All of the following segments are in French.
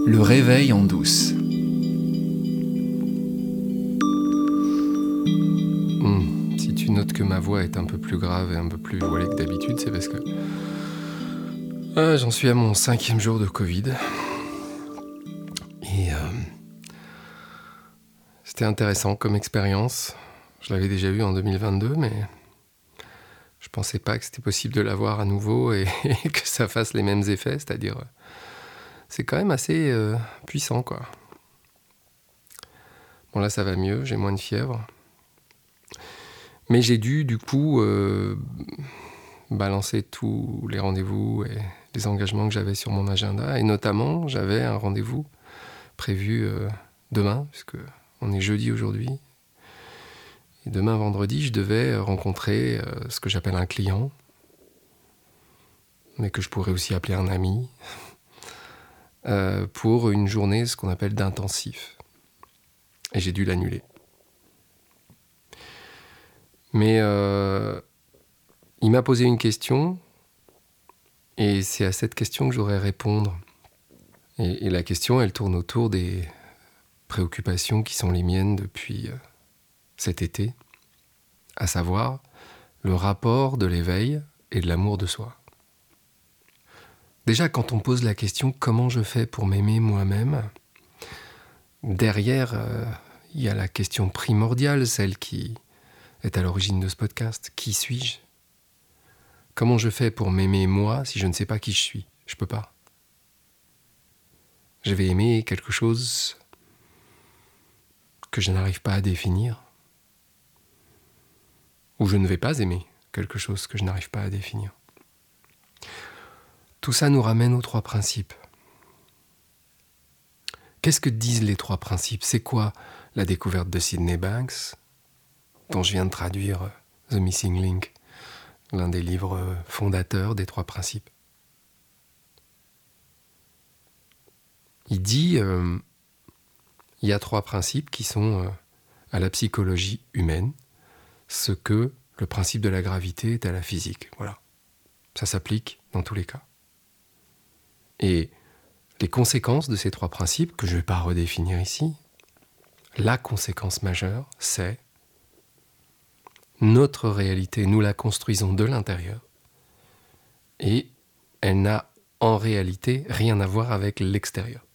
Le réveil en douce. Si tu notes que ma voix est un peu plus grave et un peu plus voilée que d'habitude, c'est parce que j'en suis à mon 5e jour de Covid. Et c'était intéressant comme expérience. Je l'avais déjà eu en 2022, mais je pensais pas que c'était possible de l'avoir à nouveau et que ça fasse les mêmes effets, c'est-à-dire c'est quand même assez puissant, quoi. Bon, là ça va mieux, j'ai moins de fièvre. Mais j'ai dû du coup balancer tous les rendez-vous et les engagements que j'avais sur mon agenda. Et notamment, j'avais un rendez-vous prévu demain, puisque on est jeudi aujourd'hui. Et demain, vendredi, je devais rencontrer ce que j'appelle un client, mais que je pourrais aussi appeler un ami, pour une journée, ce qu'on appelle d'intensif. Et j'ai dû l'annuler. Mais il m'a posé une question, et c'est à cette question que j'aurais à répondre. Et la question, elle tourne autour des préoccupations qui sont les miennes depuis cet été, à savoir le rapport de l'éveil et de l'amour de soi. Déjà, quand on pose la question « Comment je fais pour m'aimer moi-même ?», derrière, il y a la question primordiale, celle qui est à l'origine de ce podcast. Qui suis-je ? Comment je fais pour m'aimer moi si je ne sais pas qui je suis ? Je peux pas. Je vais aimer quelque chose que je n'arrive pas à définir, ou je ne vais pas aimer quelque chose que je n'arrive pas à définir. Tout ça nous ramène aux 3 principes. Qu'est-ce que disent les 3 principes ? C'est quoi la découverte de Sydney Banks, dont je viens de traduire The Missing Link, l'un des livres fondateurs des 3 principes ? Il dit il y a 3 principes qui sont à la psychologie humaine ce que le principe de la gravité est à la physique. Voilà. Ça s'applique dans tous les cas. Et les conséquences de ces 3 principes, que je ne vais pas redéfinir ici, la conséquence majeure, c'est notre réalité, nous la construisons de l'intérieur et elle n'a en réalité rien à voir avec l'extérieur.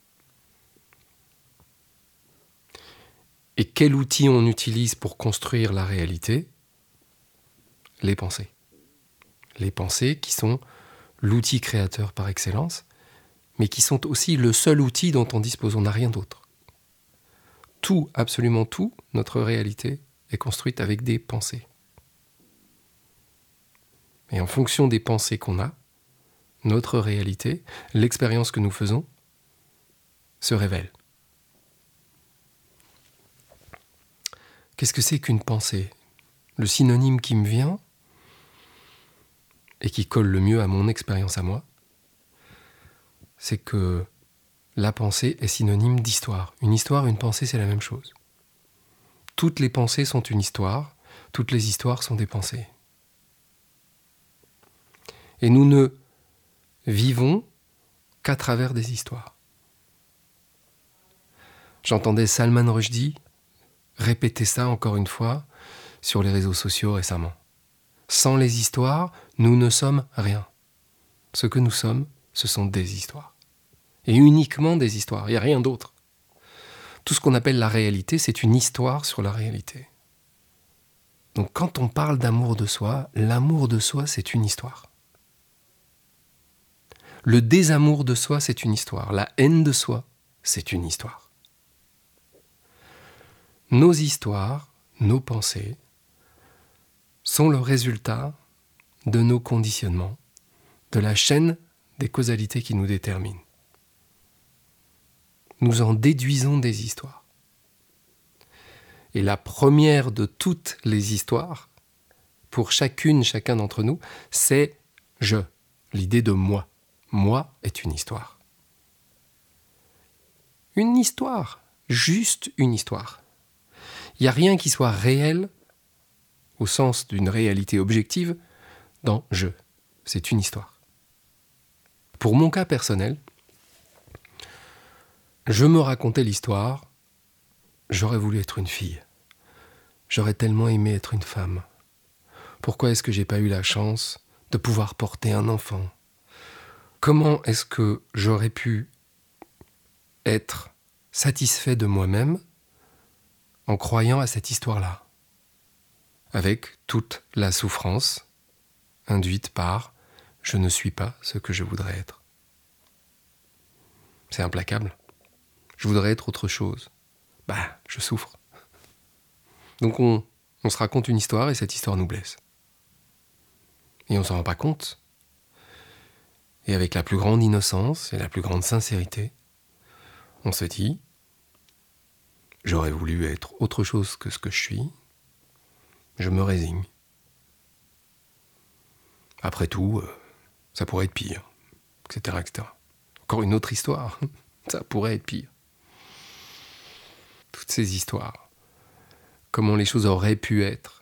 Et quel outil on utilise pour construire la réalité ? Les pensées. Les pensées qui sont l'outil créateur par excellence, mais qui sont aussi le seul outil dont on dispose, on n'a rien d'autre. Tout, absolument tout, notre réalité est construite avec des pensées. Et en fonction des pensées qu'on a, notre réalité, l'expérience que nous faisons, se révèle. Qu'est-ce que c'est qu'une pensée ? Le synonyme qui me vient, et qui colle le mieux à mon expérience à moi, c'est que la pensée est synonyme d'histoire. Une histoire, une pensée, c'est la même chose. Toutes les pensées sont une histoire, toutes les histoires sont des pensées. Et nous ne vivons qu'à travers des histoires. J'entendais Salman Rushdie répéter ça encore une fois sur les réseaux sociaux récemment. Sans les histoires, nous ne sommes rien. Ce que nous sommes, ce sont des histoires. Et uniquement des histoires, il n'y a rien d'autre. Tout ce qu'on appelle la réalité, c'est une histoire sur la réalité. Donc quand on parle d'amour de soi, l'amour de soi, c'est une histoire. Le désamour de soi, c'est une histoire. La haine de soi, c'est une histoire. Nos histoires, nos pensées, sont le résultat de nos conditionnements, de la chaîne des causalités qui nous déterminent. Nous en déduisons des histoires. Et la première de toutes les histoires, pour chacun d'entre nous, c'est « je », l'idée de « moi ». Moi est une histoire. Une histoire, juste une histoire. Il n'y a rien qui soit réel, au sens d'une réalité objective, dans « je ». C'est une histoire. Pour mon cas personnel, Je me racontais l'histoire, j'aurais voulu être une fille. J'aurais tellement aimé être une femme. Pourquoi est-ce que j'ai pas eu la chance de pouvoir porter un enfant ? Comment est-ce que j'aurais pu être satisfait de moi-même en croyant à cette histoire-là, avec toute la souffrance induite par « je ne suis pas ce que je voudrais être ». C'est implacable. Je voudrais être autre chose. Je souffre. Donc on se raconte une histoire et cette histoire nous blesse. Et on s'en rend pas compte. Et avec la plus grande innocence et la plus grande sincérité, on se dit « j'aurais voulu être autre chose que ce que je suis, je me résigne. Après tout, ça pourrait être pire, etc., etc. » Encore une autre histoire, ça pourrait être pire. Toutes ces histoires, comment les choses auraient pu être.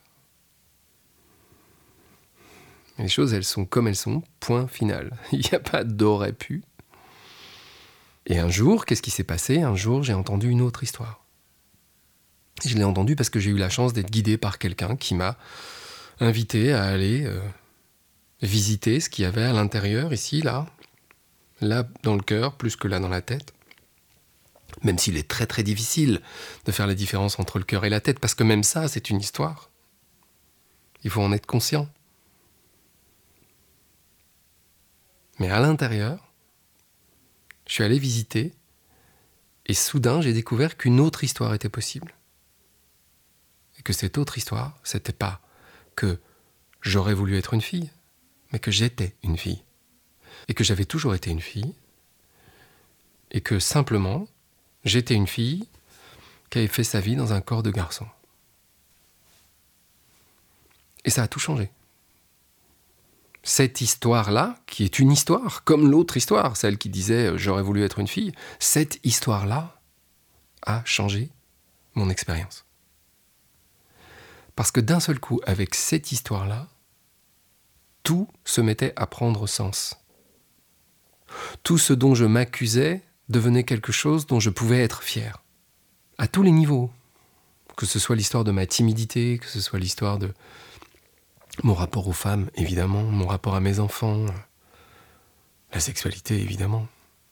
Les choses, elles sont comme elles sont, point final. Il n'y a pas d'aurait pu. Et un jour, qu'est-ce qui s'est passé ? Un jour, j'ai entendu une autre histoire. Je l'ai entendue parce que j'ai eu la chance d'être guidé par quelqu'un qui m'a invité à aller visiter ce qu'il y avait à l'intérieur, ici, là dans le cœur, plus que là dans la tête. Même s'il est très très difficile de faire la différence entre le cœur et la tête, parce que même ça, c'est une histoire. Il faut en être conscient. Mais à l'intérieur, je suis allé visiter, et soudain, j'ai découvert qu'une autre histoire était possible. Et que cette autre histoire, c'était pas que j'aurais voulu être une fille, mais que j'étais une fille. Et que j'avais toujours été une fille, et que simplement, j'étais une fille qui avait fait sa vie dans un corps de garçon. Et ça a tout changé. Cette histoire-là, qui est une histoire, comme l'autre histoire, celle qui disait « j'aurais voulu être une fille », cette histoire-là a changé mon expérience. Parce que d'un seul coup, avec cette histoire-là, tout se mettait à prendre sens. Tout ce dont je m'accusais devenait quelque chose dont je pouvais être fier. À tous les niveaux. Que ce soit l'histoire de ma timidité, que ce soit l'histoire de mon rapport aux femmes, évidemment, mon rapport à mes enfants, la sexualité, évidemment.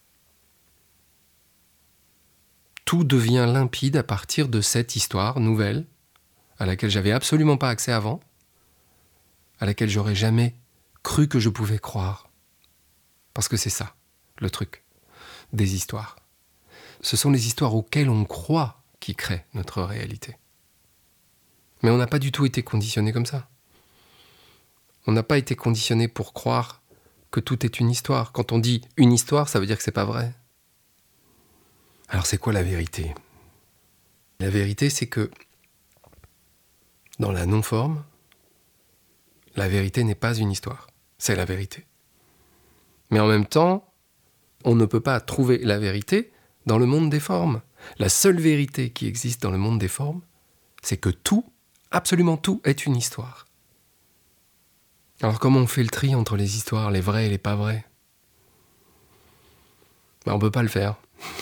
Tout devient limpide à partir de cette histoire nouvelle, à laquelle j'avais absolument pas accès avant, à laquelle j'aurais jamais cru que je pouvais croire. Parce que c'est ça, le truc, des histoires. Ce sont les histoires auxquelles on croit qui créent notre réalité. Mais on n'a pas du tout été conditionné comme ça. On n'a pas été conditionné pour croire que tout est une histoire. Quand on dit une histoire, ça veut dire que c'est pas vrai. Alors c'est quoi la vérité ? La vérité, c'est que dans la non-forme, la vérité n'est pas une histoire. C'est la vérité. Mais en même temps, on ne peut pas trouver la vérité dans le monde des formes. La seule vérité qui existe dans le monde des formes, c'est que tout, absolument tout, est une histoire. Alors comment on fait le tri entre les histoires, les vraies et les pas vraies ? On ne peut pas le faire.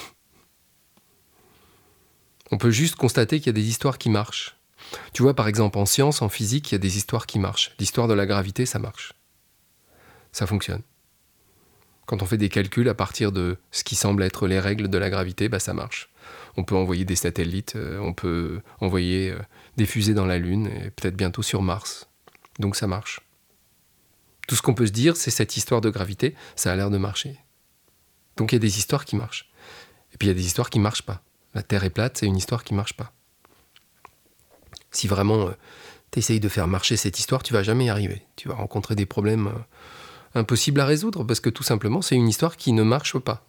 On peut juste constater qu'il y a des histoires qui marchent. Tu vois, par exemple, en science, en physique, il y a des histoires qui marchent. L'histoire de la gravité, ça marche. Ça fonctionne. Quand on fait des calculs à partir de ce qui semble être les règles de la gravité, ça marche. On peut envoyer des satellites, on peut envoyer des fusées dans la Lune, et peut-être bientôt sur Mars. Donc ça marche. Tout ce qu'on peut se dire, c'est cette histoire de gravité, ça a l'air de marcher. Donc il y a des histoires qui marchent. Et puis il y a des histoires qui ne marchent pas. La Terre est plate, c'est une histoire qui ne marche pas. Si vraiment tu essayes de faire marcher cette histoire, tu ne vas jamais y arriver. Tu vas rencontrer des problèmes impossibles à résoudre, parce que tout simplement, c'est une histoire qui ne marche pas.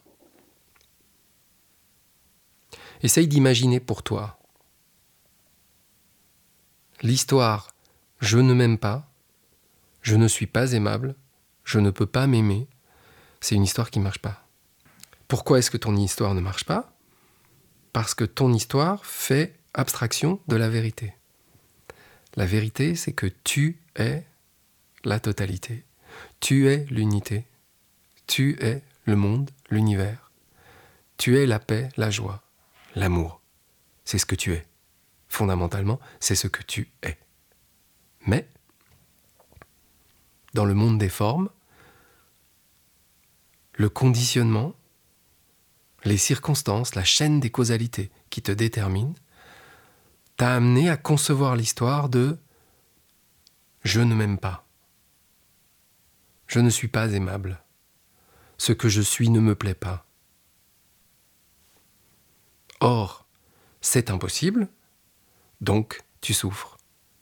Essaye d'imaginer pour toi l'histoire « je ne m'aime pas », « je ne suis pas aimable », « je ne peux pas m'aimer », c'est une histoire qui ne marche pas. Pourquoi est-ce que ton histoire ne marche pas ? Parce que ton histoire fait abstraction de la vérité. La vérité, c'est que tu es la totalité. Tu es l'unité. Tu es le monde, l'univers. Tu es la paix, la joie, l'amour. C'est ce que tu es. Fondamentalement, c'est ce que tu es. Mais, dans le monde des formes, le conditionnement, les circonstances, la chaîne des causalités qui te déterminent, t'a amené à concevoir l'histoire de « je ne m'aime pas ». Je ne suis pas aimable. Ce que je suis ne me plaît pas. Or, c'est impossible, donc tu souffres.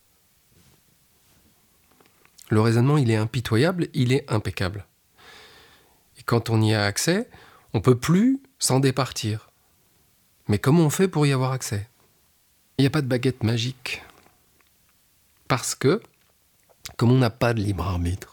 Le raisonnement, il est impitoyable, il est impeccable. Et quand on y a accès, on ne peut plus s'en départir. Mais comment on fait pour y avoir accès ? Il n'y a pas de baguette magique. Parce que, comme on n'a pas de libre arbitre,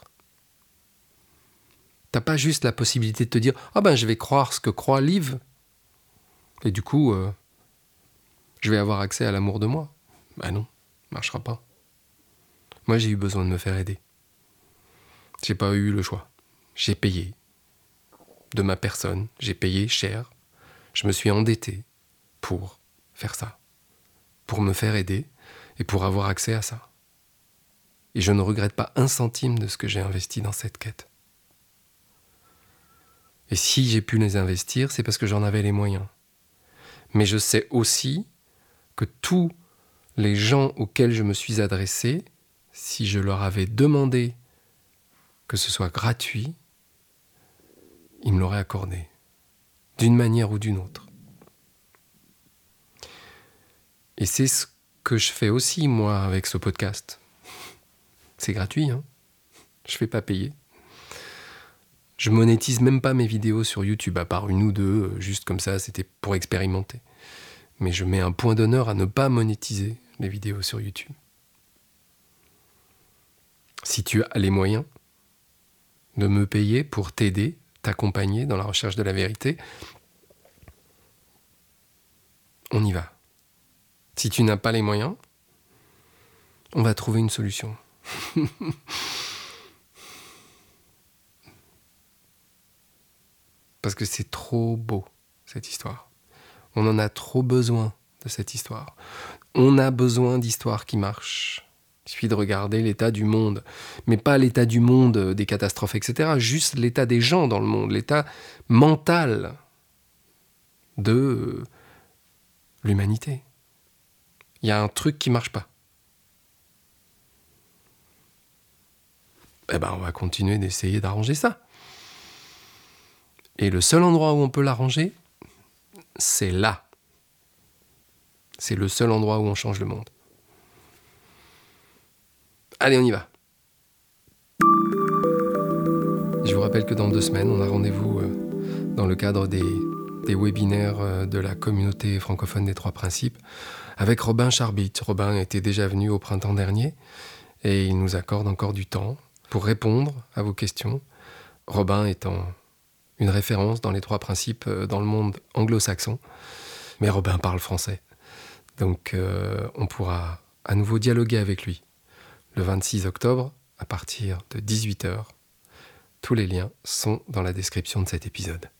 t'as pas juste la possibilité de te dire « Ah ben, je vais croire ce que croit Liv. Et du coup, je vais avoir accès à l'amour de moi. » Ben non, marchera pas. Moi, j'ai eu besoin de me faire aider. J'ai pas eu le choix. J'ai payé de ma personne. J'ai payé cher. Je me suis endetté pour faire ça. Pour me faire aider et pour avoir accès à ça. Et je ne regrette pas un centime de ce que j'ai investi dans cette quête. Et si j'ai pu les investir, c'est parce que j'en avais les moyens. Mais je sais aussi que tous les gens auxquels je me suis adressé, si je leur avais demandé que ce soit gratuit, ils me l'auraient accordé, d'une manière ou d'une autre. Et c'est ce que je fais aussi, moi, avec ce podcast. C'est gratuit, hein ? Je ne fais pas payer. Je monétise même pas mes vidéos sur YouTube, à part une ou deux, juste comme ça, c'était pour expérimenter. Mais je mets un point d'honneur à ne pas monétiser les vidéos sur YouTube. Si tu as les moyens de me payer pour t'aider, t'accompagner dans la recherche de la vérité, on y va. Si tu n'as pas les moyens, on va trouver une solution. Parce que c'est trop beau, cette histoire. On en a trop besoin de cette histoire. On a besoin d'histoires qui marchent. Il suffit de regarder l'état du monde. Mais pas l'état du monde des catastrophes, etc. Juste l'état des gens dans le monde, l'état mental de l'humanité. Il y a un truc qui ne marche pas. Eh ben, on va continuer d'essayer d'arranger ça. Et le seul endroit où on peut l'arranger, c'est là. C'est le seul endroit où on change le monde. Allez, on y va. Je vous rappelle que dans 2 semaines, on a rendez-vous dans le cadre des webinaires de la communauté francophone des 3 principes avec Robin Charbit. Robin était déjà venu au printemps dernier et il nous accorde encore du temps pour répondre à vos questions. Robin étant une référence dans les 3 principes dans le monde anglo-saxon, mais Robin parle français. Donc on pourra à nouveau dialoguer avec lui le 26 octobre à partir de 18h. Tous les liens sont dans la description de cet épisode.